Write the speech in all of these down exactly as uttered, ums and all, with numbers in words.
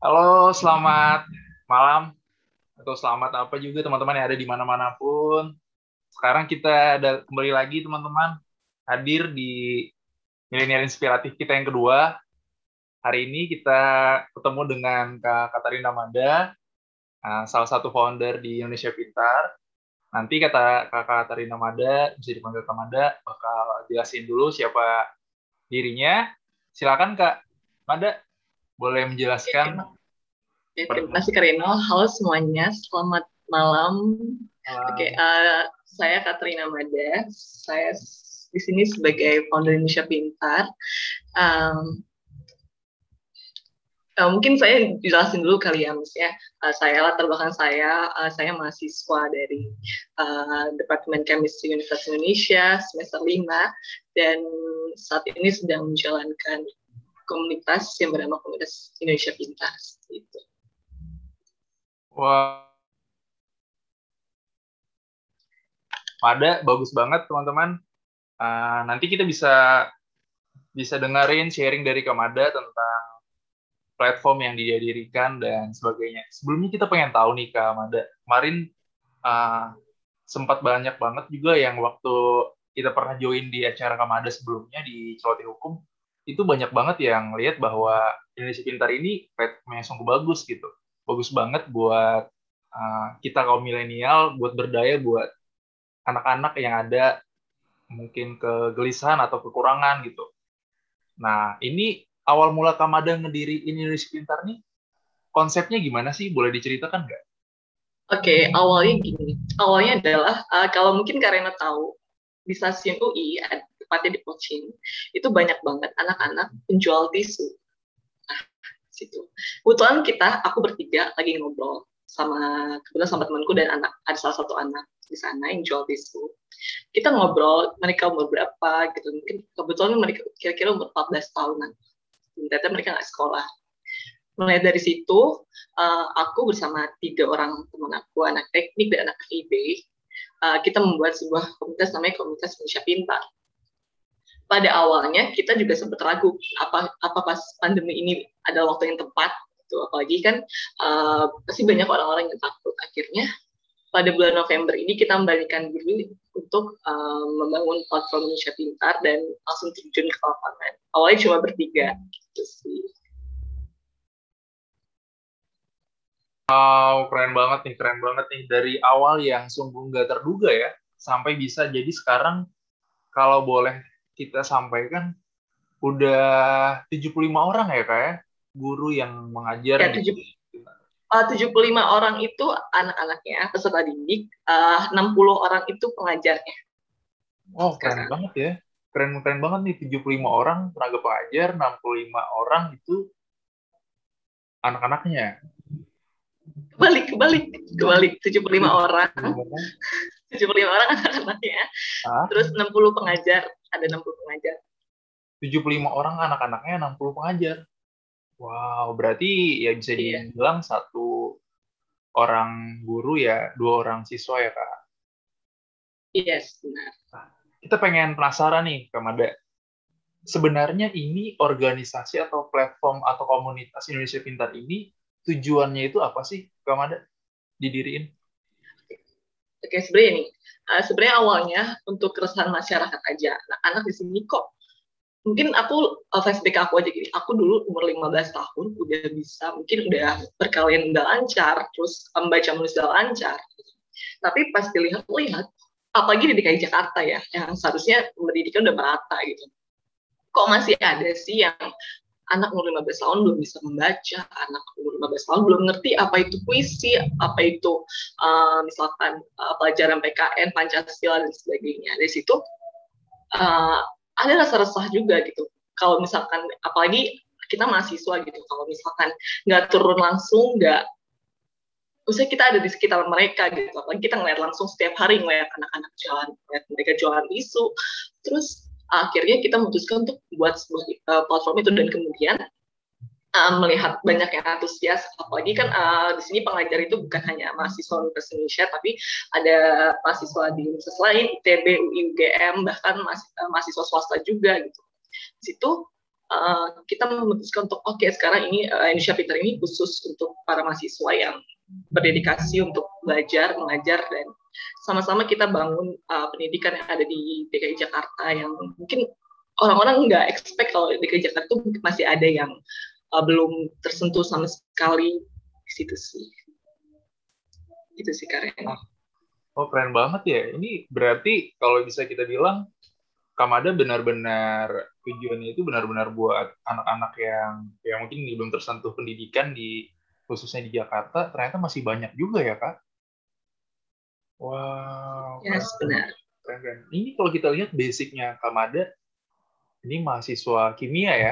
Halo, selamat malam atau selamat apa juga teman-teman yang ada di mana-mana pun. Sekarang kita ada kembali lagi teman-teman hadir di Milenial Inspiratif kita yang kedua. Hari ini kita ketemu dengan Kak Katarina Mada, uh, salah satu founder di Indonesia Pintar. Nanti kata Kak Katarina Mada, bisa dipanggil Kak Mada, bakal jelasin dulu siapa dirinya. Silakan Kak Mada, boleh Oke, menjelaskan. terima, ya, terima kasih Karino. Halo semuanya, selamat malam. Oke, Uh, eh, saya Katrina Mada. Saya s- di sini sebagai founder Indonesia Pintar. Um, eh, mungkin saya jelasin dulu kali ya, Mas ya. Eh, saya latar belakang saya, eh, saya mahasiswa dari eh, Departemen Chemistry Universitas Indonesia semester lima dan saat ini sedang menjalankan komunitas yang bernama Komunitas Indonesia Pintar. Gitu. wah, Mada bagus banget teman-teman. Uh, nanti kita bisa bisa dengerin sharing dari Kamada tentang platform yang dia dirikan dan sebagainya. Sebelumnya kita pengen tahu nih Kamada, kemarin uh, sempat banyak banget juga yang waktu kita pernah join di acara Kamada sebelumnya di Celoteh Hukum, itu banyak banget yang lihat bahwa Indonesia Pintar ini platform yang sungguh bagus gitu. Bagus banget buat uh, kita kaum milenial, buat berdaya, buat anak-anak yang ada mungkin kegelisahan atau kekurangan gitu. Nah, ini awal mula Kamada ngediriin Indonesia Pintar nih, konsepnya gimana sih? Boleh diceritakan nggak? Oke, awalnya gini. Awalnya adalah uh, kalau mungkin Karena tahu di stasiun U I, tepatnya di Pochin, itu banyak banget anak-anak penjual tisu. Nah, situ. Kebetulan kita, aku bertiga lagi ngobrol sama kebetulan sama temanku dan anak ada salah satu anak di sana yang jual tisu. Kita ngobrol, mereka umur berapa gitu. Mungkin kebetulan mereka kira-kira umur empat belas tahunan. Ternyata mereka nggak sekolah. Mulai dari situ, uh, aku bersama tiga orang teman aku, anak teknik dan anak I B, uh, kita membuat sebuah komunitas namanya Komunitas Indonesia Pintar. Pada awalnya kita juga sempat ragu apa apa pas pandemi ini adalah waktu yang tepat, gitu. Apalagi kan uh, pasti banyak orang-orang yang takut. Akhirnya pada bulan November ini kita membalikkan diri untuk uh, membangun platform Indonesia Pintar dan langsung terjun ke lapangan. Awalnya cuma bertiga, gitu sih. Wow, keren banget nih, keren banget nih. Dari awal yang sungguh nggak terduga ya, sampai bisa jadi sekarang, kalau boleh kita sampaikan, udah tujuh puluh lima orang ya, kayak guru yang mengajar Ya, di. tujuh uh, tujuh puluh lima orang itu anak-anaknya peserta didik, uh, enam puluh orang itu pengajarnya Oh, keren sekarang. banget ya. Keren-keren banget nih, tujuh puluh lima orang tenaga pengajar, enam puluh lima orang itu anak-anaknya. Kebalik, kebalik, kebalik. tujuh puluh lima orang, tujuh puluh lima orang. tujuh puluh lima orang anak-anaknya. Ah, Terus enam puluh pengajar, ada enam puluh pengajar. tujuh puluh lima orang anak-anaknya, enam puluh pengajar. Wow, berarti ya bisa Iya, dibilang satu orang guru ya, dua orang siswa ya, Kak. iya yes, benar. Nah, kita pengen penasaran nih, Kak Mada. Sebenarnya ini organisasi atau platform atau komunitas Indonesia Pintar ini tujuannya itu apa sih, Kak Mada? Didiriin? Oke, sebenarnya ini, uh, sebenarnya awalnya untuk keresahan masyarakat aja. Anak-anak di sini kok mungkin aku uh, flashback aku aja gini. Aku dulu umur lima belas tahun udah bisa, mungkin udah berkalian udah lancar, terus membaca menulis udah lancar. Tapi pas dilihat-lihat, apalagi di D K I Jakarta ya, yang seharusnya pendidikan udah merata gitu. Kok masih ada sih yang anak umur lima belas tahun belum bisa membaca, anak umur lima belas tahun belum ngerti apa itu puisi, apa itu uh, misalkan uh, pelajaran P K N, Pancasila dan sebagainya. Dari situ uh, ada rasa resah juga gitu. Kalau misalkan apalagi kita mahasiswa gitu, kalau misalkan nggak turun langsung, nggak usai kita ada di sekitar mereka gitu, apalagi kita ngeliat langsung setiap hari ngeliat anak-anak jalan, ngeliat mereka jualan isu, terus akhirnya kita memutuskan untuk buat sebuah uh, platform itu dan kemudian uh, melihat banyak yang antusias, apalagi kan uh, di sini pengajar itu bukan hanya mahasiswa Universitas Indonesia, tapi ada mahasiswa di universitas lain, I T B, U I, U G M, bahkan mahasiswa swasta juga gitu. Di situ uh, kita memutuskan untuk oke okay, sekarang ini uh, Indonesia Pintar ini khusus untuk para mahasiswa yang berdedikasi untuk belajar, mengajar, dan sama-sama kita bangun uh, pendidikan yang ada di D K I Jakarta yang mungkin orang-orang nggak expect kalau di D K I Jakarta itu masih ada yang uh, belum tersentuh sama sekali di situ sih. Itu sih keren. Oh, keren banget ya. Ini berarti kalau bisa kita bilang Kamada benar-benar tujuannya itu benar-benar buat anak-anak yang yang mungkin belum tersentuh pendidikan di khususnya di Jakarta, ternyata masih banyak juga ya, Kak? Wow. Yes, benar. Keren, keren. Ini kalau kita lihat basicnya Kamada, ini mahasiswa kimia ya?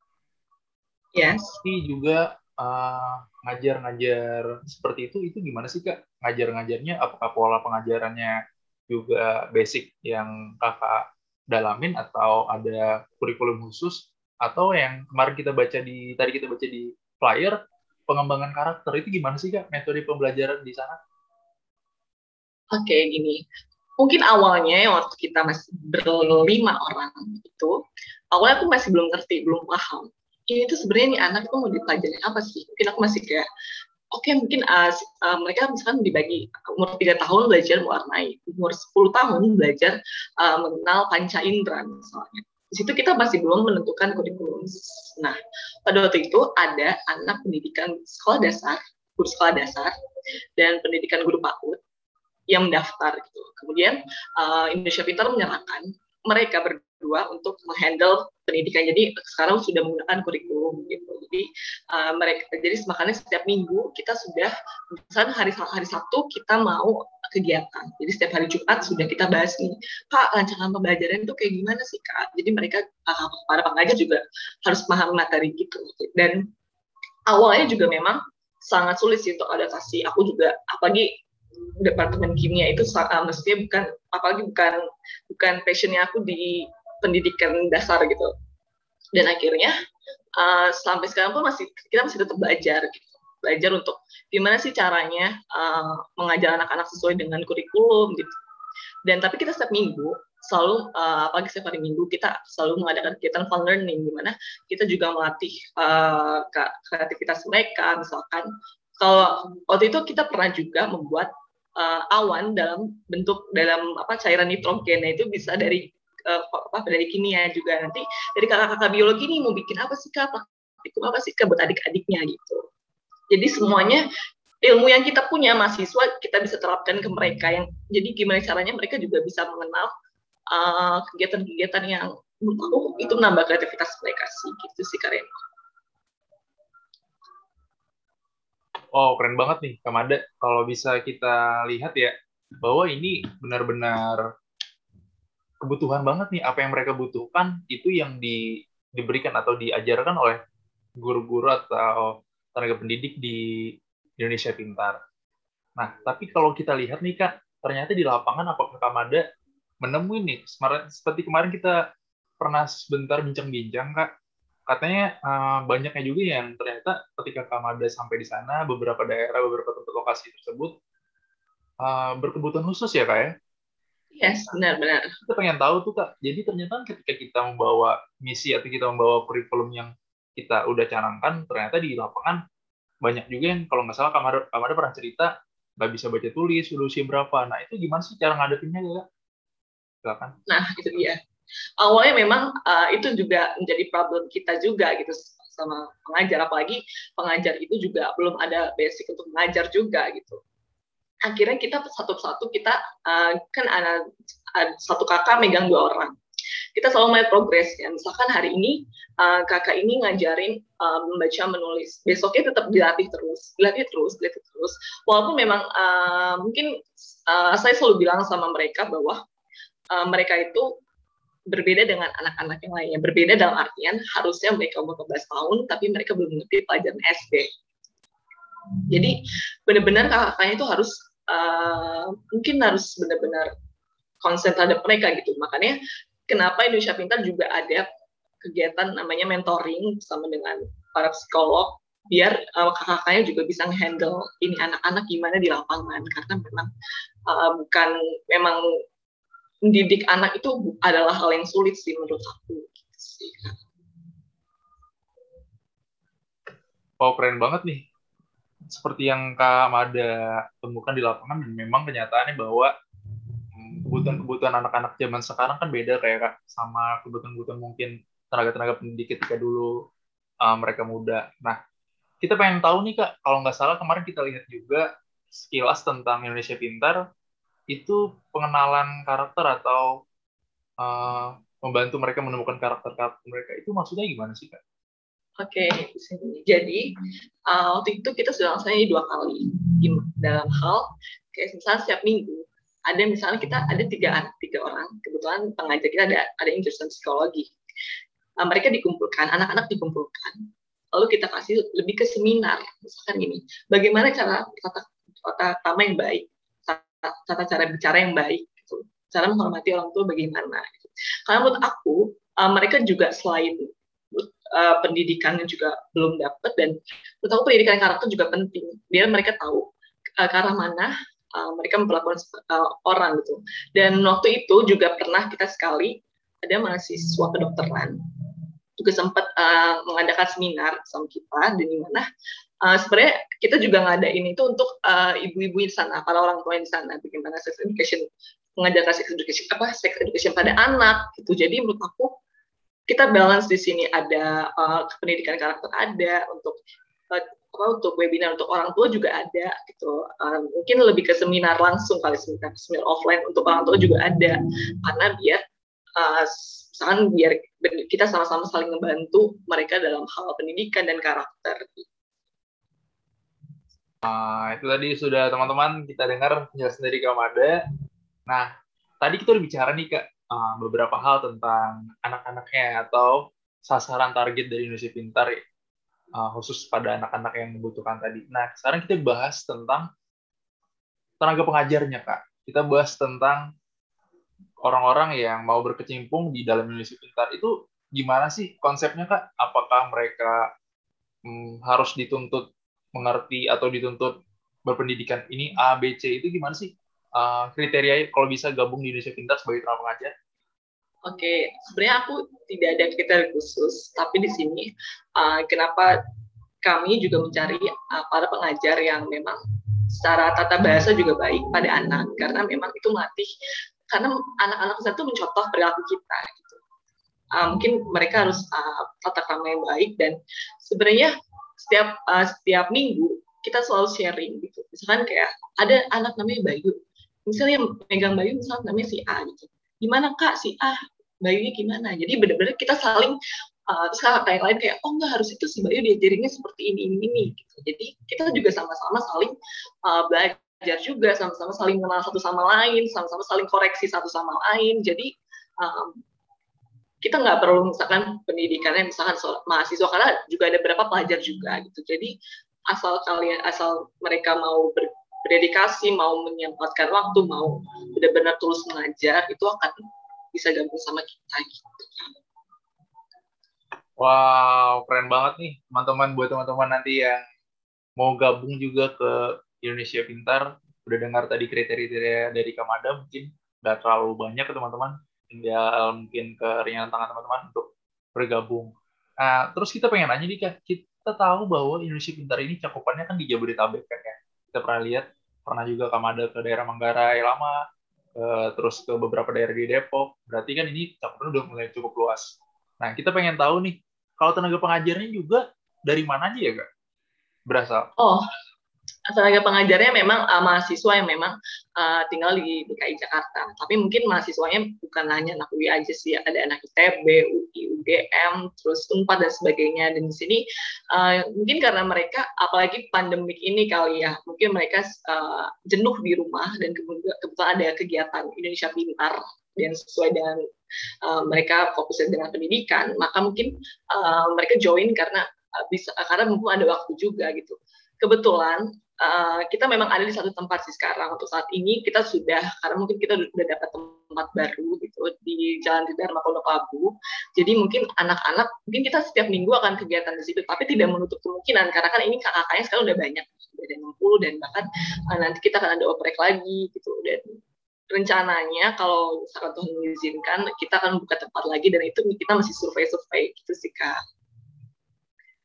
Yes. Tapi juga uh, ngajar-ngajar seperti itu, itu gimana sih, Kak? Ngajar-ngajarnya, apakah pola pengajarannya juga basic yang Kakak dalamin atau ada kurikulum khusus atau yang kemarin kita baca di tadi kita baca di flyer pengembangan karakter itu gimana sih Kak metode pembelajaran di sana? Oke okay, gini, mungkin awalnya waktu kita masih berlima orang itu awalnya aku masih belum ngerti, belum paham ini tuh sebenarnya nih anak tuh mau dipelajari apa sih? Mungkin aku masih kayak oke okay, mungkin uh, uh, mereka misalkan dibagi umur tiga tahun belajar mewarnai, umur sepuluh tahun belajar uh, mengenal panca indera misalnya. Di situ kita masih belum menentukan kurikulum. Nah, pada waktu itu ada anak pendidikan sekolah dasar, guru sekolah dasar, dan pendidikan guru PAUD yang mendaftar gitu. Kemudian uh, Indonesia Pintar menyerahkan mereka berdua untuk menghandle pendidikan. Jadi sekarang sudah menggunakan kurikulum gitu. Jadi uh, mereka jadi makanya setiap minggu kita sudah misalnya hari hari Sabtu kita mau kegiatan. Jadi setiap hari Jumat sudah kita bahas nih, Kak, rancangan pembelajaran itu kayak gimana sih, Kak? Jadi mereka uh, para pengajar juga harus paham materi gitu. Dan awalnya juga memang sangat sulit sih untuk adaptasi. Aku juga apalagi departemen kimia itu uh, mestinya bukan apalagi bukan bukan passionnya aku di pendidikan dasar gitu. Dan akhirnya uh, sampai sekarang pun masih kita masih tetap belajar gitu. Belajar untuk gimana sih caranya uh, mengajar anak-anak sesuai dengan kurikulum gitu. Dan tapi kita setiap minggu selalu uh, apalagi setiap hari minggu kita selalu mengadakan kegiatan fun learning di mana kita juga melatih uh, kreativitas mereka. Misalkan kalau waktu itu kita pernah juga membuat uh, awan dalam bentuk dalam apa cairan nitrogen. Nah, itu bisa dari uh, apa dari kimia juga. Nanti dari kakak-kakak biologi nih mau bikin apa sih Kak? Praktikum apa sih Kak buat adik-adiknya gitu. Jadi semuanya ilmu yang kita punya mahasiswa kita bisa terapkan ke mereka yang jadi gimana caranya mereka juga bisa mengenal uh, kegiatan-kegiatan yang menurut aku itu menambah kreativitas mereka sih gitu sih Karen. Oh, keren banget nih, Kamada. Kalau bisa kita lihat ya, bahwa ini benar-benar kebutuhan banget nih. Apa yang mereka butuhkan, itu yang di, diberikan atau diajarkan oleh guru-guru atau tenaga pendidik di Indonesia Pintar. Nah, tapi kalau kita lihat nih, Kak, ternyata di lapangan apakah Kamada menemui nih, seperti kemarin kita pernah sebentar bincang-bincang, Kak, katanya uh, banyaknya juga yang ternyata ketika Kamada sampai di sana, beberapa daerah, beberapa tempat lokasi tersebut uh, berkebutuhan khusus ya, Kak ya? Yes, benar-benar. Kita pengen tahu tuh, Kak. Jadi ternyata ketika kita membawa misi atau kita membawa kurikulum yang kita udah canangkan, ternyata di lapangan banyak juga yang kalau nggak salah Kamada, Kamada pernah cerita nggak bisa baca tulis, usia berapa. Nah, itu gimana sih cara ngadepinnya, Kak? Silakan. Nah, itu dia. Awalnya memang uh, itu juga menjadi problem kita juga gitu sama pengajar, apalagi pengajar itu juga belum ada basic untuk mengajar juga gitu. Akhirnya kita satu-satu kita uh, kan ada, ada satu kakak megang dua orang. Kita selalu melihat progres ya. Misalkan hari ini uh, kakak ini ngajarin uh, membaca menulis, besoknya tetap dilatih terus, dilatih terus, dilatih terus. Walaupun memang uh, mungkin uh, saya selalu bilang sama mereka bahwa uh, mereka itu berbeda dengan anak-anak yang lainnya. Berbeda dalam artian harusnya mereka umur empat belas tahun, tapi mereka belum mengerti pelajaran S D. Jadi benar-benar kakak-kakaknya itu harus uh, mungkin harus benar-benar konsen terhadap mereka gitu. Makanya kenapa Indonesia Pintar juga ada kegiatan namanya mentoring bersama dengan para psikolog biar uh, kakak-kakaknya juga bisa nge-handle ini anak-anak gimana di lapangan karena memang uh, bukan memang mendidik anak itu adalah hal yang sulit sih menurut aku. Oh, keren banget nih. Seperti yang Kak Mada temukan di lapangan, dan memang kenyataannya bahwa hmm, kebutuhan-kebutuhan anak-anak zaman sekarang kan beda kayak Kak, sama kebutuhan-kebutuhan mungkin tenaga-tenaga pendidik ketika dulu uh, mereka muda. Nah, kita pengen tahu nih Kak, kalau nggak salah kemarin kita lihat juga sekilas tentang Indonesia Pintar, itu pengenalan karakter atau uh, membantu mereka menemukan karakter-karakter mereka. Itu maksudnya gimana sih Kak? Oke, di sini. Jadi uh, waktu itu kita sudah laksanain dua kali dalam hal kayak misalnya setiap minggu ada misalnya kita ada tiga tiga orang, kebetulan pengajar kita ada ada yang jurusan psikologi. Uh, mereka dikumpulkan, anak-anak dikumpulkan, lalu kita kasih lebih ke seminar, misalkan gini, bagaimana cara tata tata tama yang baik, tata, tata cara bicara yang baik, gitu. Cara menghormati orang tua bagaimana. Gitu. Karena menurut aku uh, mereka juga selain uh, pendidikannya juga belum dapat, dan menurut aku pendidikan karakter juga penting biar mereka tahu uh, ke arah mana uh, mereka memperlakukan uh, orang gitu. Dan waktu itu juga pernah kita sekali ada mahasiswa kedokteran juga sempat uh, mengadakan seminar sama kita, dan di mana uh, sebenarnya kita juga ngadain itu untuk uh, ibu-ibu di sana, para orang tua di sana, bagaimana sex education, mengajarkan sex education apa sex education pada anak gitu. Jadi menurut aku kita balance di sini, ada uh, pendidikan karakter ada untuk uh, apa untuk webinar untuk orang tua juga ada gitu. Uh, mungkin lebih ke seminar langsung kali, seminar seminar offline untuk orang tua juga ada, karena biar uh, misalkan biar kita sama-sama saling membantu mereka dalam hal pendidikan dan karakter. Nah, itu tadi sudah teman-teman kita dengar penjelasan dari Kak Mada. Nah, tadi kita udah bicara nih Kak, uh, beberapa hal tentang anak-anaknya atau sasaran target dari Indonesia Pintar, uh, khusus pada anak-anak yang membutuhkan tadi. Nah, sekarang kita bahas tentang tenaga pengajarnya Kak. Kita bahas tentang orang-orang yang mau berkecimpung di dalam Indonesia Pintar. Itu gimana sih konsepnya Kak? Apakah mereka hmm, harus dituntut mengerti atau dituntut berpendidikan ini A, B, C, itu gimana sih uh, kriteria kalau bisa gabung di Indonesia Pintar sebagai tenaga pengajar? Oke, sebenarnya aku tidak ada kriteria khusus, tapi di sini uh, kenapa kami juga mencari uh, para pengajar yang memang secara tata bahasa juga baik pada anak, karena memang itu melatih, karena anak-anak itu mencontoh perilaku kita gitu. Uh, mungkin mereka harus uh, tata krama yang baik, dan sebenarnya setiap uh, setiap minggu kita selalu sharing gitu. Misalkan kayak ada anak namanya Bayu, misalnya yang pegang Bayu misalnya namanya si A gitu. Gimana Kak si A? Bayunya gimana? Jadi benar-benar kita saling uh, terus kakak yang lain kayak oh enggak, harus itu si Bayu diajarinnya seperti ini ini ini gitu. Jadi kita juga sama-sama saling uh, belajar juga, sama-sama saling mengenal satu sama lain, sama-sama saling koreksi satu sama lain. Jadi um, kita nggak perlu misalkan pendidikannya misalkan mahasiswa, karena juga ada beberapa pelajar juga gitu. Jadi asal kalian asal mereka mau ber, berdedikasi, mau menyempatkan waktu, mau benar-benar tulus mengajar, itu akan bisa gabung sama kita gitu. Wow, keren banget nih teman-teman. Buat teman-teman nanti yang mau gabung juga ke Indonesia Pintar, udah dengar tadi kriteria dari Kamada, mungkin nggak terlalu banyak ke teman-teman, tinggal mungkin ke ringan tangan teman-teman untuk bergabung. Nah, terus kita pengen nanya nih Kak, kita tahu bahwa Indonesia Pintar ini cakupannya kan di Jabodetabek kan ya. Kita pernah lihat, pernah juga Kamada ke daerah Manggarai lama, ke, terus ke beberapa daerah di Depok. Berarti kan ini cakupannya udah mulai cukup luas. Nah, kita pengen tahu nih, kalau tenaga pengajarnya juga dari mana aja ya Kak berasal? Oh, tenaga pengajarnya memang uh, mahasiswa yang memang uh, tinggal di D K I Jakarta. Tapi mungkin mahasiswanya bukan hanya anak U I aja sih, ada anak I T B, U I, U G M, terus Unpad dan sebagainya. Dan di sini uh, mungkin karena mereka, apalagi pandemik ini kali ya, mungkin mereka uh, jenuh di rumah, dan kebetulan ada kegiatan Indonesia Pintar dan sesuai dengan uh, mereka fokusnya dengan pendidikan, maka mungkin uh, mereka join karena uh, bisa karena mumpung ada waktu juga gitu. Kebetulan uh, kita memang ada di satu tempat sih sekarang untuk saat ini, kita sudah, karena mungkin kita udah dapat tempat baru gitu di Jalan Dharma Pondok Labu. Jadi mungkin anak-anak, mungkin kita setiap minggu akan kegiatan di situ, tapi tidak menutup kemungkinan karena kan ini kakak-kakaknya sekarang udah banyak, sudah ada enam puluh, dan bahkan uh, nanti kita akan ada oprek lagi gitu. Dan rencananya kalau misalkan Tuhan mengizinkan, kita akan buka tempat lagi, dan itu kita masih survei-survei gitu sih Kak.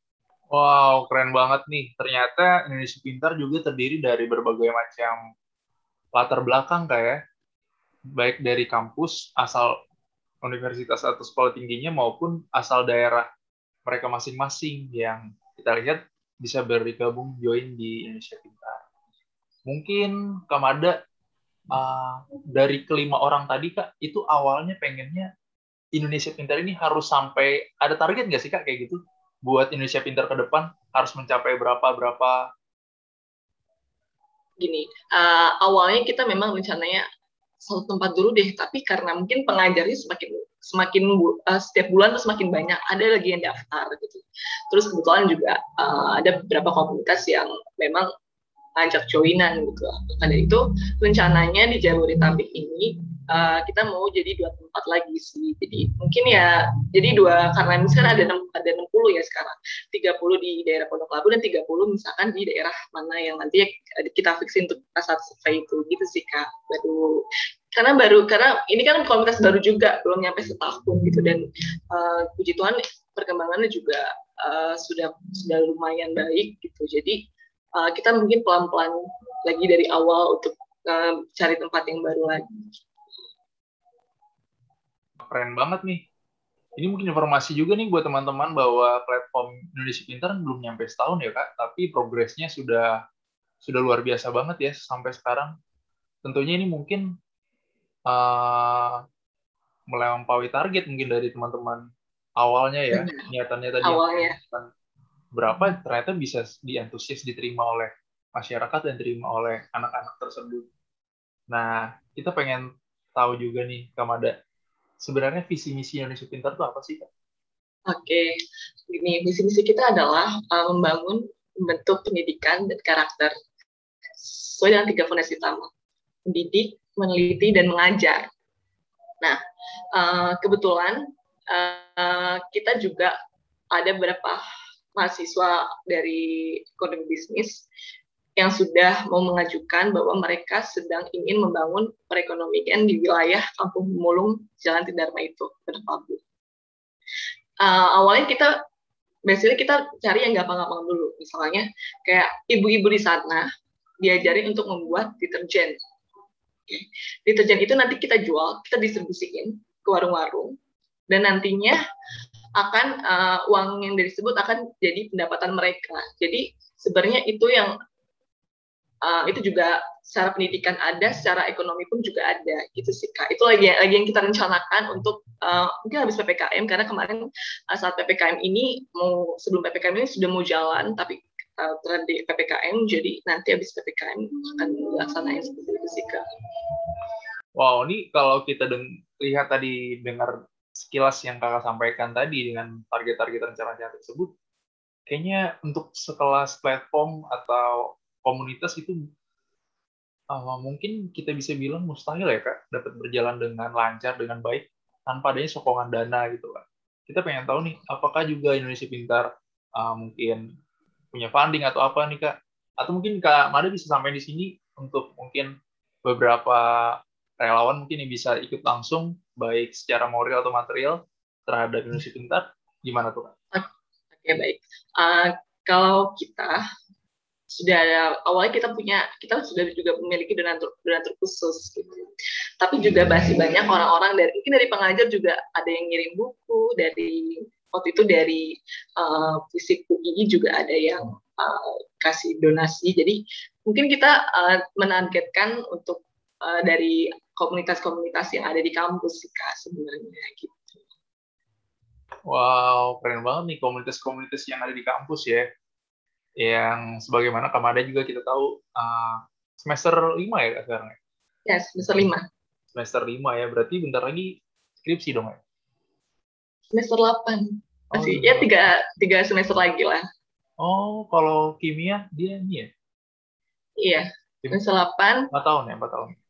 Wow, keren banget nih. Ternyata Indonesia Pintar juga terdiri dari berbagai macam latar belakang kayak baik dari kampus asal universitas atau sekolah tingginya maupun asal daerah mereka masing-masing yang kita lihat bisa bergabung join di Indonesia Pintar. Mungkin Kak Mada, uh, dari kelima orang tadi Kak, itu awalnya pengennya Indonesia Pintar ini harus sampai, ada target nggak sih Kak kayak gitu? Buat Indonesia Pintar ke depan harus mencapai berapa-berapa. Gini, uh, awalnya kita memang rencananya satu tempat dulu deh, tapi karena mungkin pengajarnya semakin semakin uh, setiap bulan tuh semakin banyak, ada lagi yang daftar gitu. Terus kebetulan juga uh, ada beberapa komunitas yang memang ngajak joinan gitu. Maka dari itu rencananya di Jabodetabek ini uh, kita mau jadi dua tempat lagi sih. Jadi mungkin ya jadi dua, karena misalkan ada enam ada enam puluh ya sekarang. tiga puluh di daerah Pondok Labu dan tiga puluh misalkan di daerah mana yang nanti kita fixin untuk saat survei itu gitu sih Kak. Baru karena baru karena ini kan komunitas baru juga belum nyampe setahun gitu dan uh, puji Tuhan perkembangannya juga uh, sudah sudah lumayan baik gitu. Jadi uh, kita mungkin pelan-pelan lagi dari awal untuk uh, cari tempat yang baru lagi. Keren banget nih. Ini mungkin informasi juga nih buat teman-teman bahwa platform Indonesia Pintar belum nyampe setahun ya Kak, tapi progresnya sudah sudah luar biasa banget ya sampai sekarang. Tentunya ini mungkin uh, melampaui target mungkin dari teman-teman awalnya ya. Niatannya tadi yang Awalnya. berapa ternyata bisa diantusias diterima oleh masyarakat dan diterima oleh anak-anak tersebut. Nah, kita pengen tahu juga nih, Kamada, sebenarnya visi misi Indonesia Pintar itu apa sih, Kak? Oke, ini visi misi kita adalah uh, membangun bentuk pendidikan dan karakter sesuai dengan tiga fondasi utama: mendidik, meneliti, dan mengajar. Nah, uh, kebetulan uh, kita juga ada beberapa mahasiswa dari ekonomi bisnis yang sudah mau mengajukan bahwa mereka sedang ingin membangun perekonomian di wilayah Kampung Mulung, Jalan Tidarma itu, Pondok Labu. Uh, awalnya kita, biasanya kita cari yang gampang-gampang dulu. Misalnya kayak ibu-ibu di sana diajarin untuk membuat deterjen. Okay. Deterjen itu nanti kita jual, kita distribusiin ke warung-warung, dan nantinya akan uh, uang yang disebut akan jadi pendapatan mereka. Jadi sebenarnya itu yang uh, itu juga secara pendidikan ada, secara ekonomi pun juga ada, gitu sih Kak. Itu lagi lagi yang kita rencanakan untuk uh, mungkin habis P P K M, karena kemarin uh, saat P P K M ini mau sebelum P P K M ini sudah mau jalan, tapi uh, terjadi P P K M, jadi nanti habis P P K M akan dilaksanain seperti itu sih Kak. Wow, ini kalau kita deng- lihat tadi dengar sekilas yang kakak sampaikan tadi dengan target-target rencana tersebut, kayaknya untuk sekelas platform atau komunitas itu uh, mungkin kita bisa bilang mustahil ya Kak, dapat berjalan dengan lancar, dengan baik, tanpa adanya sokongan dana gitu Kak. Kita pengen tahu nih, apakah juga Indonesia Pintar uh, mungkin punya funding atau apa nih Kak? Atau mungkin Kak Mada bisa sampai di sini untuk mungkin beberapa relawan mungkin yang bisa ikut langsung, baik secara moral atau material terhadap Indonesia Pintar, gimana tuh Kak? Oke, baik. Uh, kalau kita sudah ada, awalnya kita punya, kita sudah juga memiliki donatur donatur khusus gitu. Tapi juga masih banyak orang-orang dari mungkin dari pengajar juga ada yang ngirim buku, dari waktu itu dari uh, Fisip U I juga ada yang uh, kasih donasi. Jadi mungkin kita uh, menargetkan untuk uh, dari komunitas-komunitas yang ada di kampus sih Kak sebenarnya gitu. Wow, keren banget nih komunitas-komunitas yang ada di kampus ya. Yang sebagaimana Kamada juga kita tahu uh, semester lima ya sekarang ya? Ya, semester lima. Semester lima ya, berarti bentar lagi skripsi dong ya? Semester delapan. Masih, Oh, ya tiga, tiga semester lagi lah. oh, kalau kimia dia ini ya? Iya, semester delapan. empat tahun ya, empat tahun.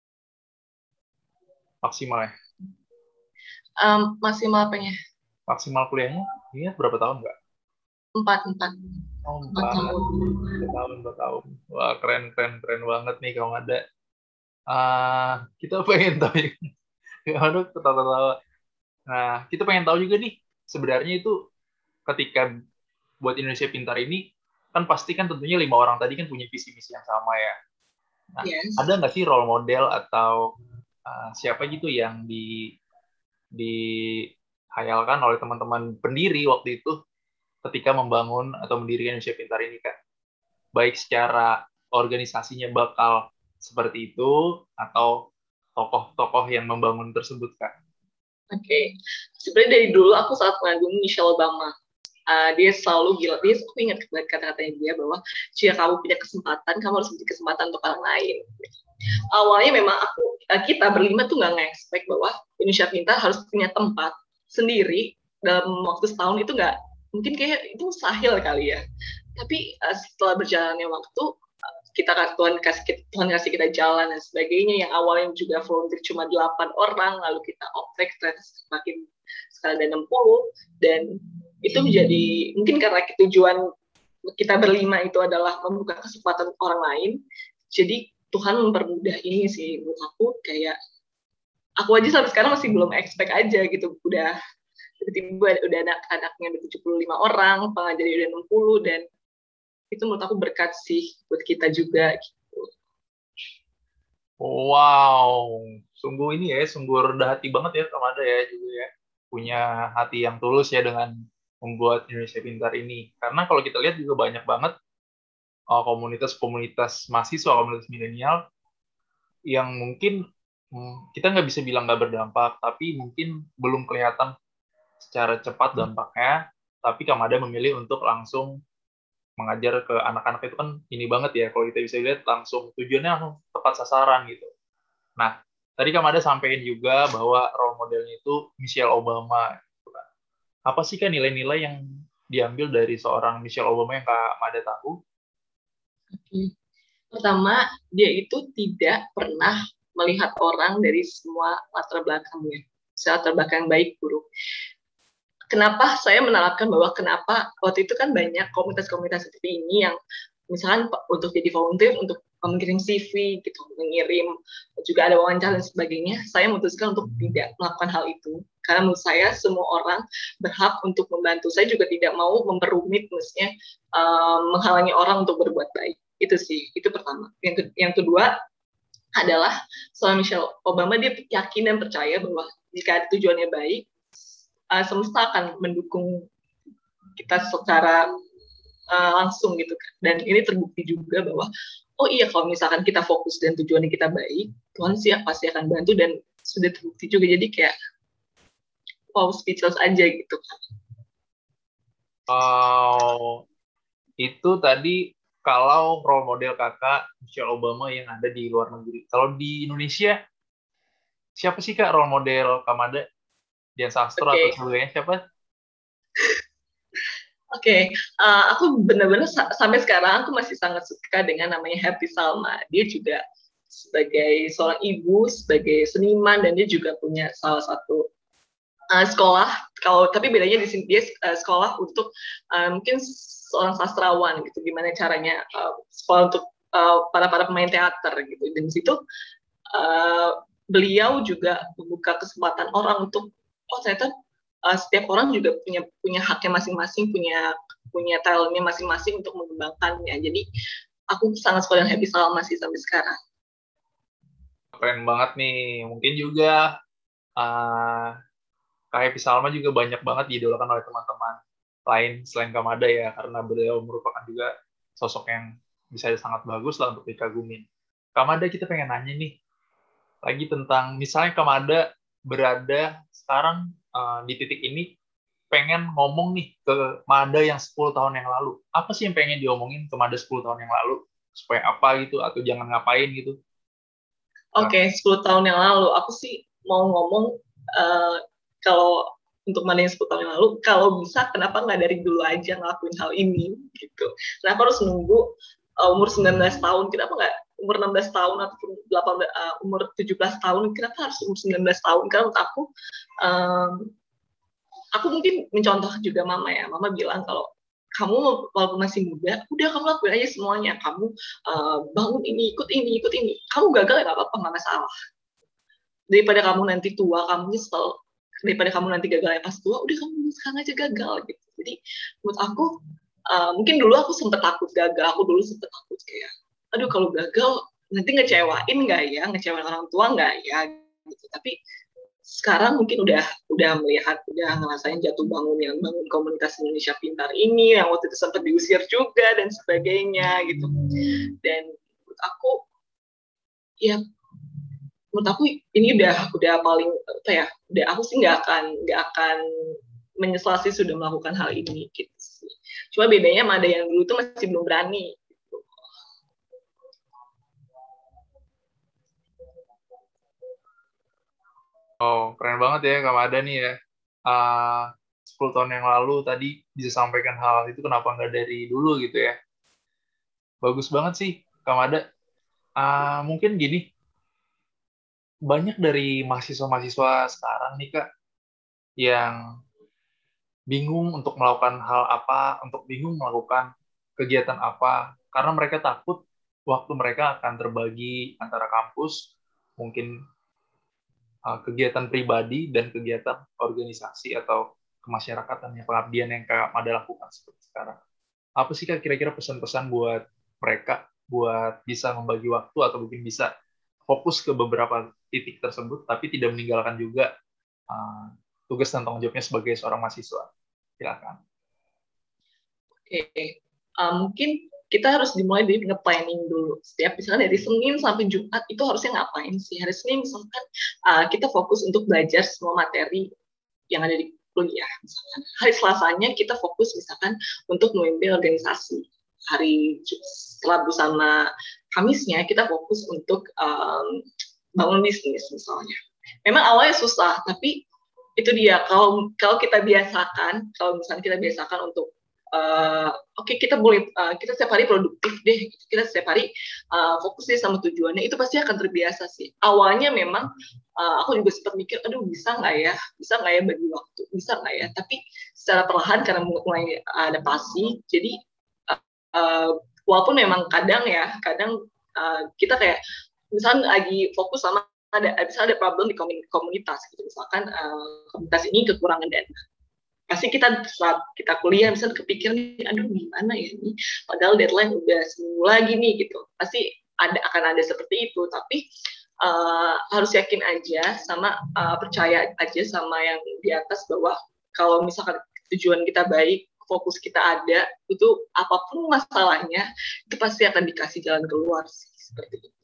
Maksimal ya? Um, maksimal apanya? Maksimal kuliahnya, iya berapa tahun nggak? Empat, empat. Oh, Empat empat. tahun. Empat tahun, empat tahun. Wah, keren, keren, keren banget nih kamu ada. Uh, kita pengen tahu ya. Aduh, ketawa-tawa. Nah, kita pengen tahu juga nih, sebenarnya itu ketika buat Indonesia Pintar ini kan pasti kan tentunya lima orang tadi kan punya visi misi yang sama ya. Nah, Yes. ada nggak sih role model atau uh, siapa gitu yang di dihayalkan oleh teman-teman pendiri waktu itu ketika membangun atau mendirikan Indonesia Pintar ini kan? Baik secara organisasinya bakal seperti itu atau tokoh-tokoh yang membangun tersebut kan? Oke, okay. Sebenarnya dari dulu aku sangat mengagumi Michelle Obama. Uh, dia selalu bilang, dia aku ingat kata-katanya dia bahwa jika kamu punya kesempatan, kamu harus beri kesempatan untuk orang lain. Awalnya memang aku, kita berlima tuh nggak nge-expect bahwa Indonesia Pintar harus punya tempat sendiri dalam waktu setahun itu nggak, mungkin kayak itu mustahil kali ya. Tapi uh, setelah berjalannya waktu, kita Tuhan kasih Tuhan kasih kita jalan dan sebagainya, yang awalnya juga volunteer cuma delapan orang, lalu kita oprek ternyata semakin sekarang ada enam puluh, dan itu menjadi mungkin karena tujuan kita berlima itu adalah membuka kesempatan orang lain, jadi Tuhan mempermudah ini sih menurut aku. Kayak aku aja sampai sekarang masih belum expect aja gitu, udah tiba-tiba udah anak-anaknya ada tujuh puluh lima orang, pengajarnya udah enam puluh, dan itu menurut aku berkat sih buat kita juga gitu. Wow, sungguh ini ya, sungguh rendah hati banget ya Kamada ya juga ya, punya hati yang tulus ya dengan membuat Indonesia Pintar ini. Karena kalau kita lihat juga banyak banget uh, komunitas-komunitas mahasiswa, komunitas milenial yang mungkin hmm, kita nggak bisa bilang nggak berdampak, tapi mungkin belum kelihatan secara cepat dampaknya. Tapi Kamada memilih untuk langsung mengajar ke anak-anak itu kan ini banget ya, kalau kita bisa lihat langsung tujuannya langsung tepat sasaran gitu. Nah, tadi Kamada sampaikan juga bahwa role modelnya itu Michelle Obama. Gitu kan. Apa sih kan nilai-nilai yang diambil dari seorang Michelle Obama yang Kamada tahu? Pertama, dia itu tidak pernah melihat orang dari semua latar belakangnya, latar belakang baik buruk. Kenapa saya menerapkan bahwa kenapa waktu itu kan banyak komunitas-komunitas seperti ini yang misalkan untuk jadi volunteer, untuk mengirim C V gitu, mengirim juga ada wawancara dan sebagainya. Saya memutuskan untuk tidak melakukan hal itu karena menurut saya semua orang berhak untuk membantu. Saya juga tidak mau memperumit, maksudnya um, menghalangi orang untuk berbuat baik. Itu sih, itu pertama. Yang, ke, yang kedua adalah soal Michelle Obama, dia yakin dan percaya bahwa jika tujuannya baik, uh, semesta akan mendukung kita secara uh, langsung gitu kan. Dan ini terbukti juga bahwa oh iya, kalau misalkan kita fokus dan tujuannya kita baik, Tuhan sih pasti akan bantu, dan sudah terbukti juga. Jadi kayak wow, speechless aja gitu kan. Oh, itu tadi kalau role model kakak Michelle Obama yang ada di luar negeri. Kalau di Indonesia, siapa sih kak role model Kamada? Dian Sastro okay. atau sebagainya siapa? Oke, okay. uh, aku benar-benar sa- sampai sekarang aku masih sangat suka dengan namanya Happy Salma. Dia juga sebagai seorang ibu, sebagai seniman, dan dia juga punya salah satu uh, sekolah. Kalau tapi bedanya di sini dia uh, sekolah untuk uh, mungkin seorang sastrawan gitu. Gimana caranya uh, sekolah untuk uh, para para pemain teater gitu. Dan di situ uh, beliau juga membuka kesempatan orang untuk oh ternyata uh, setiap orang juga punya punya haknya masing-masing, punya punya talentnya masing-masing untuk mengembangkannya. Jadi aku sangat suka dengan Happy Salma masih sampai sekarang. Keren banget nih. Mungkin juga uh, Kak Happy Salma juga banyak banget diidolakan oleh teman-teman lain selain Kamada ya, karena beliau merupakan juga sosok yang bisa sangat bagus lah untuk dikagumin. Kamada, kita pengen nanya nih lagi tentang misalnya Kamada berada sekarang uh, di titik ini, pengen ngomong nih ke Mada yang sepuluh tahun yang lalu. Apa sih yang pengen diomongin ke Mada sepuluh tahun yang lalu? Supaya apa gitu, atau jangan ngapain gitu? Oke, okay, sepuluh tahun yang lalu, aku sih mau ngomong, uh, kalau untuk Mada yang sepuluh tahun yang lalu, kalau bisa kenapa nggak dari dulu aja ngelakuin hal ini, gitu. Kenapa harus nunggu uh, umur sembilan belas tahun? Kenapa nggak umur enam belas tahun atau delapan belas, uh, umur tujuh belas tahun? Kenapa harus umur sembilan belas tahun? Karena menurut aku, um, aku mungkin mencontoh juga mama ya. Mama bilang kalau kamu walaupun masih muda, udah kamu lakuin aja semuanya. Kamu uh, bangun ini, ikut ini, ikut ini. Kamu gagal ya nggak apa-apa, nggak masalah. Daripada kamu nanti tua, kamu nyesel. Daripada kamu nanti gagal ya pas tua, udah kamu sekarang aja gagal gitu. Jadi menurut aku uh, mungkin dulu aku sempat takut gagal, aku dulu sempat takut kayak, aduh kalau gagal nanti ngecewain nggak ya, ngecewain orang tua nggak ya, gitu. Tapi sekarang mungkin udah udah melihat, udah ngerasain jatuh bangun yang bangun komunitas Indonesia Pintar ini, yang waktu itu sempat diusir juga dan sebagainya gitu. Dan menurut aku, ya menurut aku ini udah udah paling apa ya, udah aku sih nggak akan nggak akan menyesal sih sudah melakukan hal ini gitu sih. Cuma bedanya sama ada yang dulu tuh masih belum berani. Oh, keren banget ya Kak Mada nih ya. Uh, sepuluh tahun yang lalu tadi bisa sampaikan hal itu, kenapa nggak dari dulu gitu ya. Bagus banget sih Kak Mada. Uh, mungkin gini, banyak dari mahasiswa-mahasiswa sekarang nih Kak, yang bingung untuk melakukan hal apa, untuk bingung melakukan kegiatan apa, karena mereka takut waktu mereka akan terbagi antara kampus, mungkin uh, kegiatan pribadi dan kegiatan organisasi atau kemasyarakatan yang pengabdian yang Kak Mada lakukan seperti sekarang. Apa sih Kak kira-kira pesan-pesan buat mereka buat bisa membagi waktu atau mungkin bisa fokus ke beberapa titik tersebut tapi tidak meninggalkan juga uh, tugas dan tanggung jawabnya sebagai seorang mahasiswa? Silakan. Oke, okay. uh, mungkin kita harus dimulai dari nge-planning dulu. Setiap misalnya dari Senin sampai Jumat itu harusnya ngapain sih? Hari Senin misalkan uh, kita fokus untuk belajar semua materi yang ada di kuliah. Misalkan hari Selasanya kita fokus misalkan untuk memimpin organisasi. Hari Rabu sama Kamisnya kita fokus untuk um, bangun bisnis misalnya. Memang awalnya susah, tapi itu dia. Kalau kalau kita biasakan, kalau misalnya kita biasakan untuk Uh, oke okay, kita boleh uh, kita setiap hari produktif deh, kita setiap hari uh, fokus deh sama tujuannya, itu pasti akan terbiasa sih. Awalnya memang uh, aku juga sempat mikir, aduh bisa nggak ya, bisa nggak ya bagi waktu, bisa nggak ya, tapi secara perlahan karena mulai adaptasi, jadi uh, uh, walaupun memang kadang ya, kadang uh, kita kayak misalnya lagi fokus sama ada misalnya ada problem di komunitas gitu, misalkan uh, komunitas ini kekurangan dana, pasti kita saat kita kuliah misalnya kepikiran, aduh gimana ya ini, padahal deadline udah seminggu lagi nih gitu, pasti ada akan ada seperti itu. Tapi uh, harus yakin aja sama uh, percaya aja sama yang di atas bahwa kalau misalkan tujuan kita baik, fokus kita ada, itu apapun masalahnya itu pasti akan dikasih jalan keluar sih, seperti itu.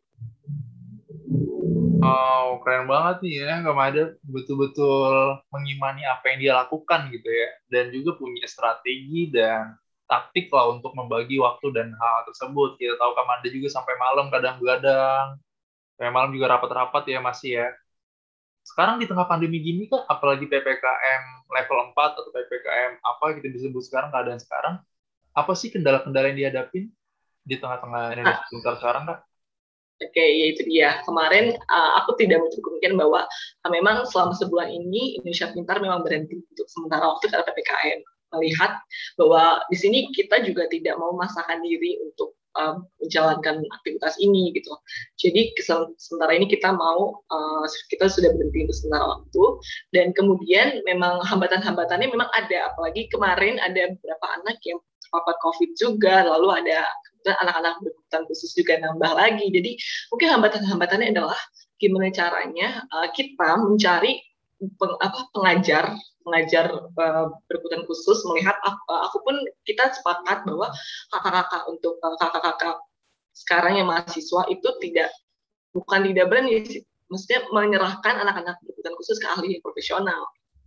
Oh, keren banget nih ya, Kak Mada betul-betul mengimani apa yang dia lakukan gitu ya, dan juga punya strategi dan taktik lah untuk membagi waktu dan hal tersebut. Kita tahu Kak Mada juga sampai malam kadang begadang, sampai malam juga rapat-rapat ya masih ya. Sekarang di tengah pandemi gini Kak, apalagi P P K M level empat atau P P K M apa gitu disebut sekarang, keadaan sekarang, apa sih kendala-kendala yang dihadapin di tengah-tengah Indonesia Pintar sekarang Kak? Oke, ya itu dia. Kemarin uh, aku tidak menutup kemungkinan bahwa uh, memang selama sebulan ini Indonesia Pintar memang berhenti untuk sementara waktu karena P P K M. Melihat bahwa di sini kita juga tidak mau memaksakan diri untuk uh, menjalankan aktivitas ini gitu. Jadi sementara ini kita mau uh, kita sudah berhenti untuk sementara waktu, dan kemudian memang hambatan-hambatannya memang ada. Apalagi kemarin ada beberapa anak yang terpapar COVID juga, lalu ada anak-anak berkebutuhan khusus juga nambah lagi. Jadi mungkin hambatan-hambatannya adalah gimana caranya uh, kita mencari peng, apa, pengajar pengajar uh, berkebutuhan khusus, melihat uh, aku pun kita sepakat bahwa kakak-kakak untuk uh, kakak-kakak sekarang yang mahasiswa itu tidak bukan tidak berani, maksudnya menyerahkan anak-anak berkebutuhan khusus ke ahli profesional.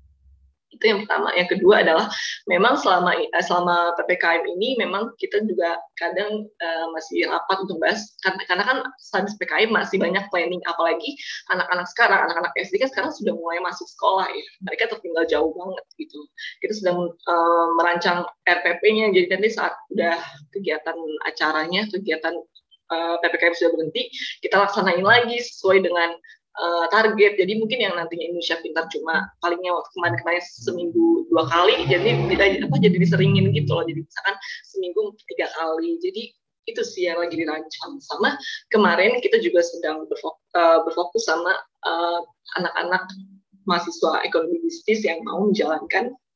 Itu yang pertama. Yang kedua adalah memang selama selama P P K M ini memang kita juga kadang uh, masih rapat untuk bahas, karena, karena kan saat P P K M masih banyak planning, apalagi anak-anak sekarang, anak-anak S D kan sekarang sudah mulai masuk sekolah ya, mereka tertinggal jauh banget gitu. Kita sedang uh, merancang R P P-nya, jadi nanti saat udah kegiatan acaranya, kegiatan uh, P P K M sudah berhenti, kita laksanain lagi sesuai dengan Uh, target. Jadi mungkin yang nantinya Indonesia Pintar cuma palingnya waktu kemarin-kemarin seminggu dua kali, jadi tidak apa jadi diseringin gitu loh. Jadi misalkan seminggu tiga kali. Jadi itu sih yang lagi dirancang. Sama kemarin kita juga sedang berfokus, uh, berfokus sama uh, anak-anak mahasiswa ekonomi bisnis yang mau menjalankan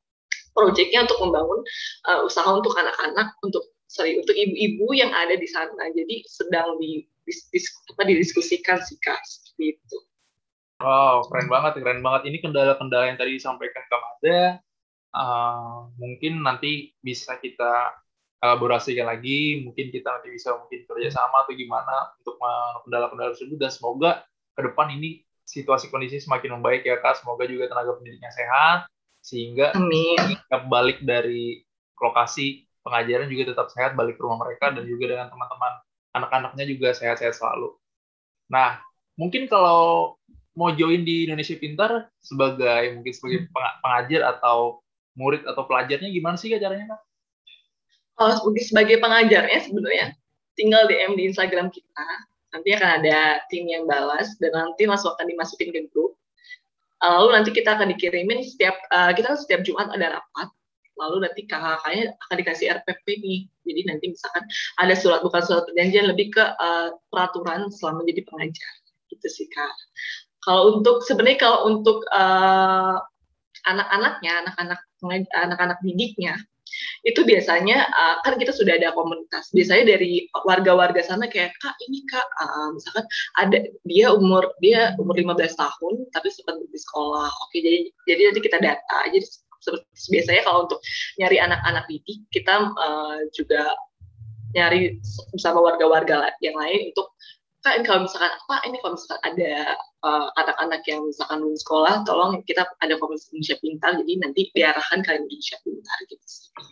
proyeknya untuk membangun uh, usaha untuk anak-anak, untuk sorry untuk ibu-ibu yang ada di sana. Jadi sedang di, dis, dis, apa, didiskusikan sih Kak, seperti itu. Wow, keren banget, keren banget. Ini kendala-kendala yang tadi disampaikan Kak Mada, uh, mungkin nanti bisa kita elaborasikan lagi, mungkin kita nanti bisa mungkin kerjasama atau gimana untuk kendala-kendala tersebut, dan semoga ke depan ini situasi kondisi semakin membaik ya Kak. Semoga juga tenaga pendidiknya sehat, sehingga Amin. balik dari lokasi pengajaran juga tetap sehat, balik ke rumah mereka, dan juga dengan teman-teman anak-anaknya juga sehat-sehat selalu. Nah, mungkin kalau mau join di Indonesia Pintar sebagai mungkin sebagai pengajar atau murid atau pelajarnya gimana sih Kak caranya Kak? Oh, sebagai pengajarnya sebenarnya tinggal D M di Instagram kita. Nanti akan ada tim yang balas dan nanti langsung akan dimasukin ke grup. Lalu nanti kita akan dikirimin setiap uh, kita kan setiap Jumat ada rapat. Lalu nanti kakak-kakaknya akan dikasih R P P nih. Jadi nanti misalkan ada surat, bukan surat perjanjian, lebih ke uh, peraturan selama jadi pengajar. Gitu sih Kak. Kalau untuk sebenarnya kalau untuk uh, anak-anaknya, anak-anak anak-anak didiknya, itu biasanya uh, kan kita sudah ada komunitas. Biasanya dari warga-warga sana kayak, Kak ini Kak, uh, misalkan ada dia umur dia umur lima belas tahun tapi sempat di sekolah. Oke, jadi jadi nanti kita data. Jadi biasanya kalau untuk nyari anak-anak didik, kita uh, juga nyari bersama warga-warga yang lain untuk Kak, ini kalau misalkan apa, ini kalau misalkan ada uh, anak-anak yang misalkan belum sekolah, tolong kita ada komunitas Indonesia Pintar, jadi nanti diarahkan ke Indonesia Pintar gitu.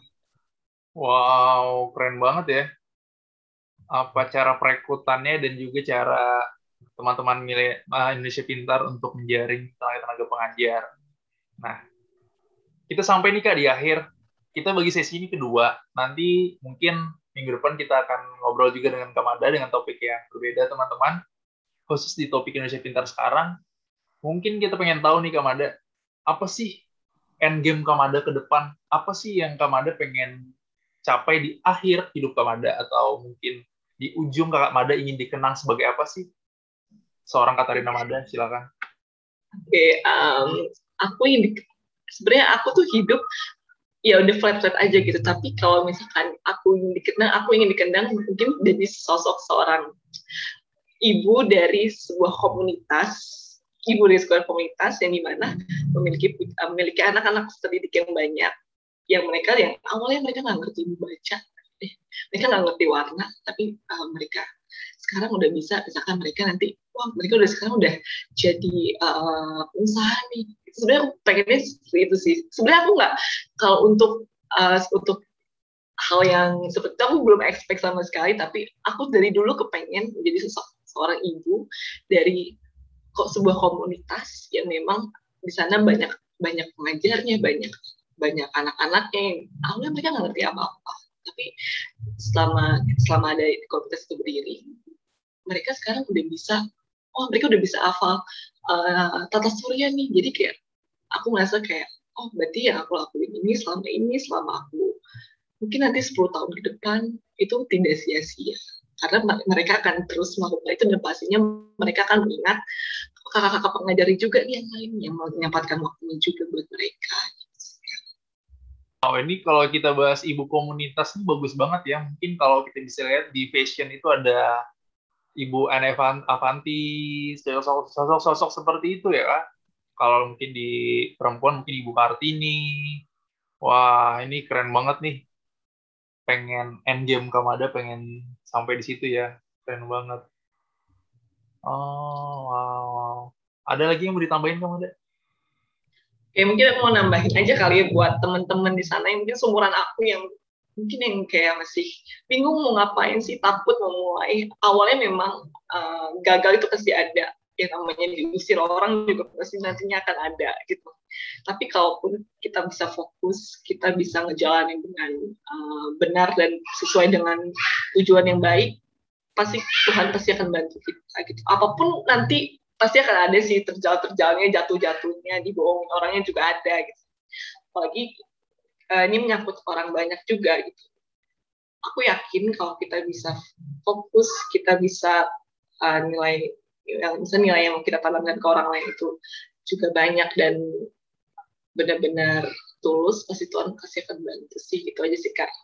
Wow, keren banget ya. Apa cara perekrutannya dan juga cara teman-teman Indonesia Pintar untuk menjaring tenaga-tenaga pengajar. Nah, kita sampai nih Kak di akhir. Kita bagi sesi ini kedua. Nanti mungkin minggu depan kita akan ngobrol juga dengan Kak Mada dengan topik yang berbeda teman-teman. Khusus di topik Indonesia Pintar sekarang, mungkin kita pengen tahu nih Kak Mada, apa sih end game Kak Mada ke depan? Apa sih yang Kak Mada pengen capai di akhir hidup Kak Mada? Atau mungkin di ujung Kak Mada ingin dikenang sebagai apa sih? Seorang Katarina Mada, silakan. Oke, okay, um, aku yang sebenarnya aku tuh hidup ya udah flat-flat aja gitu. Tapi kalau misalkan aku ingin dikenang, aku ingin dikenang mungkin jadi sosok seorang ibu dari sebuah komunitas, ibu dari sebuah komunitas yang dimana memiliki memiliki anak-anak terdidik yang banyak, yang mereka yang awalnya mereka nggak ngerti baca, eh, mereka nggak ngerti warna, tapi uh, mereka sekarang udah bisa, misalkan mereka nanti, wah mereka udah sekarang udah jadi uh, pengusaha nih. Sebenarnya aku pengennya seperti itu sih. Sebenarnya aku nggak, kalau untuk uh, untuk hal yang seperti itu aku belum expect sama sekali, tapi aku dari dulu kepengen menjadi sosok seorang ibu dari kok sebuah komunitas yang memang di sana banyak banyak pengajarnya, banyak banyak anak-anaknya yang awalnya mereka nggak ngerti apa-apa, tapi selama selama ada komunitas itu berdiri, mereka sekarang udah bisa, oh mereka udah bisa hafal uh, tata surya nih. Jadi kayak aku merasa kayak, oh berarti yang aku lakuin ini selama ini, selama aku mungkin nanti sepuluh tahun ke depan itu tidak sia-sia, karena mereka akan terus melakukan itu dan pastinya mereka akan mengingat kakak-kakak pengajari juga yang lain yang menyempatkan waktunya juga buat mereka. Oh, ini kalau kita bahas ibu komunitas ini bagus banget ya. Mungkin kalau kita bisa lihat di fashion itu ada Ibu Anne Avanti, sosok-sosok seperti itu ya Kak. Kalau mungkin di perempuan mungkin Ibu Kartini. Wah, ini keren banget nih. Pengen endgame Kamada, pengen sampai di situ ya. Keren banget. Oh, wow. Ada lagi yang mau ditambahin Kamada? Ya mungkin aku mau nambahin aja kali ya buat teman-teman di sana yang mungkin seumuran aku yang mungkin yang kayak masih bingung mau ngapain sih, takut mau mulai. Awalnya memang uh, gagal itu pasti ada, yang namanya diusir orang juga pasti nantinya akan ada gitu. Tapi kalaupun kita bisa fokus, kita bisa ngejalanin dengan uh, benar dan sesuai dengan tujuan yang baik, pasti Tuhan pasti akan bantu kita gitu. Apapun nanti pasti akan ada sih terjal-terjalnya, jatuh-jatuhnya, dibohongin orangnya juga ada gitu. Apalagi uh, ini menyangkut orang banyak juga gitu. Aku yakin kalau kita bisa fokus, kita bisa uh, nilai yang misalnya nilai yang kita tanamkan ke orang lain itu juga banyak dan benar-benar tulus, pasti Tuhan kasih akan bantu sih. Itu aja sih, Kak.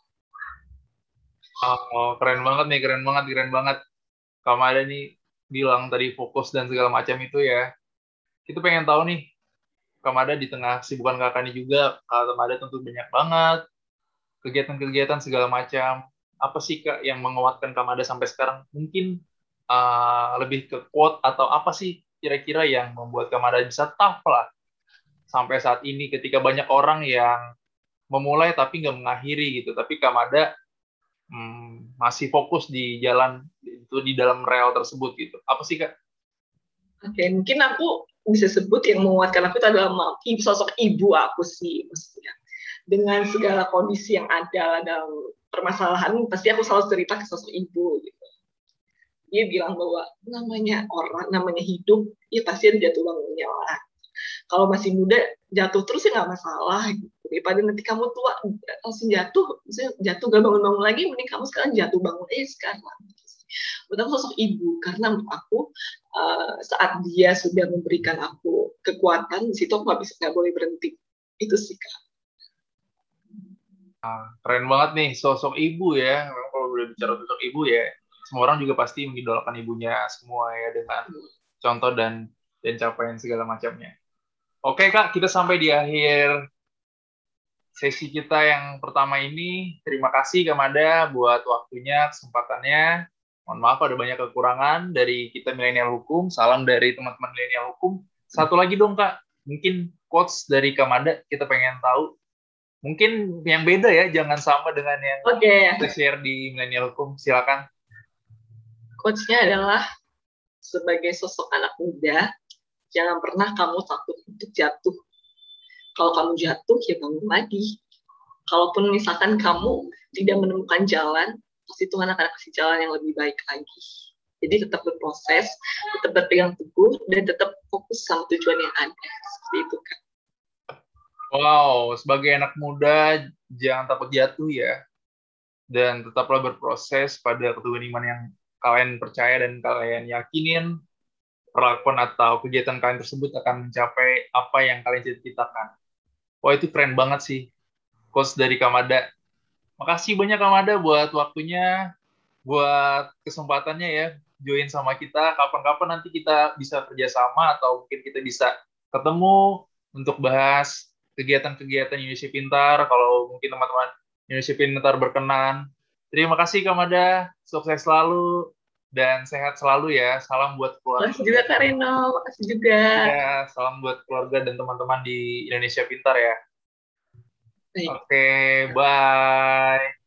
Oh, keren banget nih, keren banget, keren banget. Kamu ada nih bilang tadi fokus dan segala macam itu ya. Kita pengen tahu nih, Kamada di tengah kesibukan kakak ini juga, kalau Kamada tentu banyak banget kegiatan-kegiatan segala macam. Apa sih Kak yang menguatkan Kamada sampai sekarang? Mungkin uh, lebih ke quote atau apa sih kira-kira yang membuat Kamada bisa tough lah sampai saat ini ketika banyak orang yang memulai tapi nggak mengakhiri gitu. Tapi Kamada hmm, masih fokus di jalan itu di dalam rel tersebut gitu. Apa sih Kak? Oke, mungkin aku bisa sebut yang menguatkan aku itu adalah sosok ibu aku sih, maksudnya. Dengan segala kondisi yang ada dalam permasalahan, pasti aku selalu cerita ke sosok ibu. Gitu. Dia bilang bahwa namanya orang, namanya hidup, ya pasti ada jatuh bangunnya lah. Kalau masih muda, jatuh terus ya nggak masalah. Gitu. Daripada nanti kamu tua, langsung jatuh, jatuh gak bangun-bangun lagi, mending kamu sekarang jatuh bangun aja sekarang. Menurut aku sosok ibu, karena menurut aku uh, saat dia sudah memberikan aku kekuatan, di situ aku nggak bisa, nggak boleh berhenti. Itu sih Kak. Nah, keren banget nih sosok ibu ya. Memang kalau udah bicara sosok ibu ya, semua orang juga pasti mengidolakan ibunya semua ya dengan contoh dan dan capaian segala macamnya. Oke Kak, kita sampai di akhir sesi kita yang pertama ini. Terima kasih Kamada buat waktunya, kesempatannya. Mohon maaf ada banyak kekurangan dari kita milenial hukum. Salam dari teman-teman milenial hukum. Satu lagi dong Kak, mungkin quotes dari Kamada kita pengen tahu. Mungkin yang beda ya, jangan sama dengan yang okay. kita share di milenial hukum. Silakan. Quotes-nya adalah sebagai sosok anak muda, jangan pernah kamu takut untuk jatuh. Kalau kamu jatuh, ya bangun lagi. Kalaupun misalkan kamu tidak menemukan jalan, pasti Tuhan akan kasih jalan yang lebih baik lagi. Jadi tetap berproses, tetap berpegang teguh, dan tetap fokus sama tujuan yang ada. Seperti itu, Kak. Wow, sebagai anak muda, jangan takut jatuh ya. Dan tetaplah berproses pada keteguhan iman yang kalian percaya dan kalian yakinin. Perlakuan atau kegiatan kalian tersebut akan mencapai apa yang kalian cita-citakan. Wah, itu keren banget sih. Coach dari Kamada. Makasih banyak Kamada buat waktunya, buat kesempatannya ya, join sama kita. Kapan-kapan nanti kita bisa kerjasama atau mungkin kita bisa ketemu untuk bahas kegiatan-kegiatan Indonesia Pintar, kalau mungkin teman-teman Indonesia Pintar berkenan. Terima kasih Kamada, sukses selalu, dan sehat selalu ya. Salam buat keluarga. Makasih juga Kak Reno, makasih juga. Ya, salam buat keluarga dan teman-teman di Indonesia Pintar ya. Oke, okay, bye.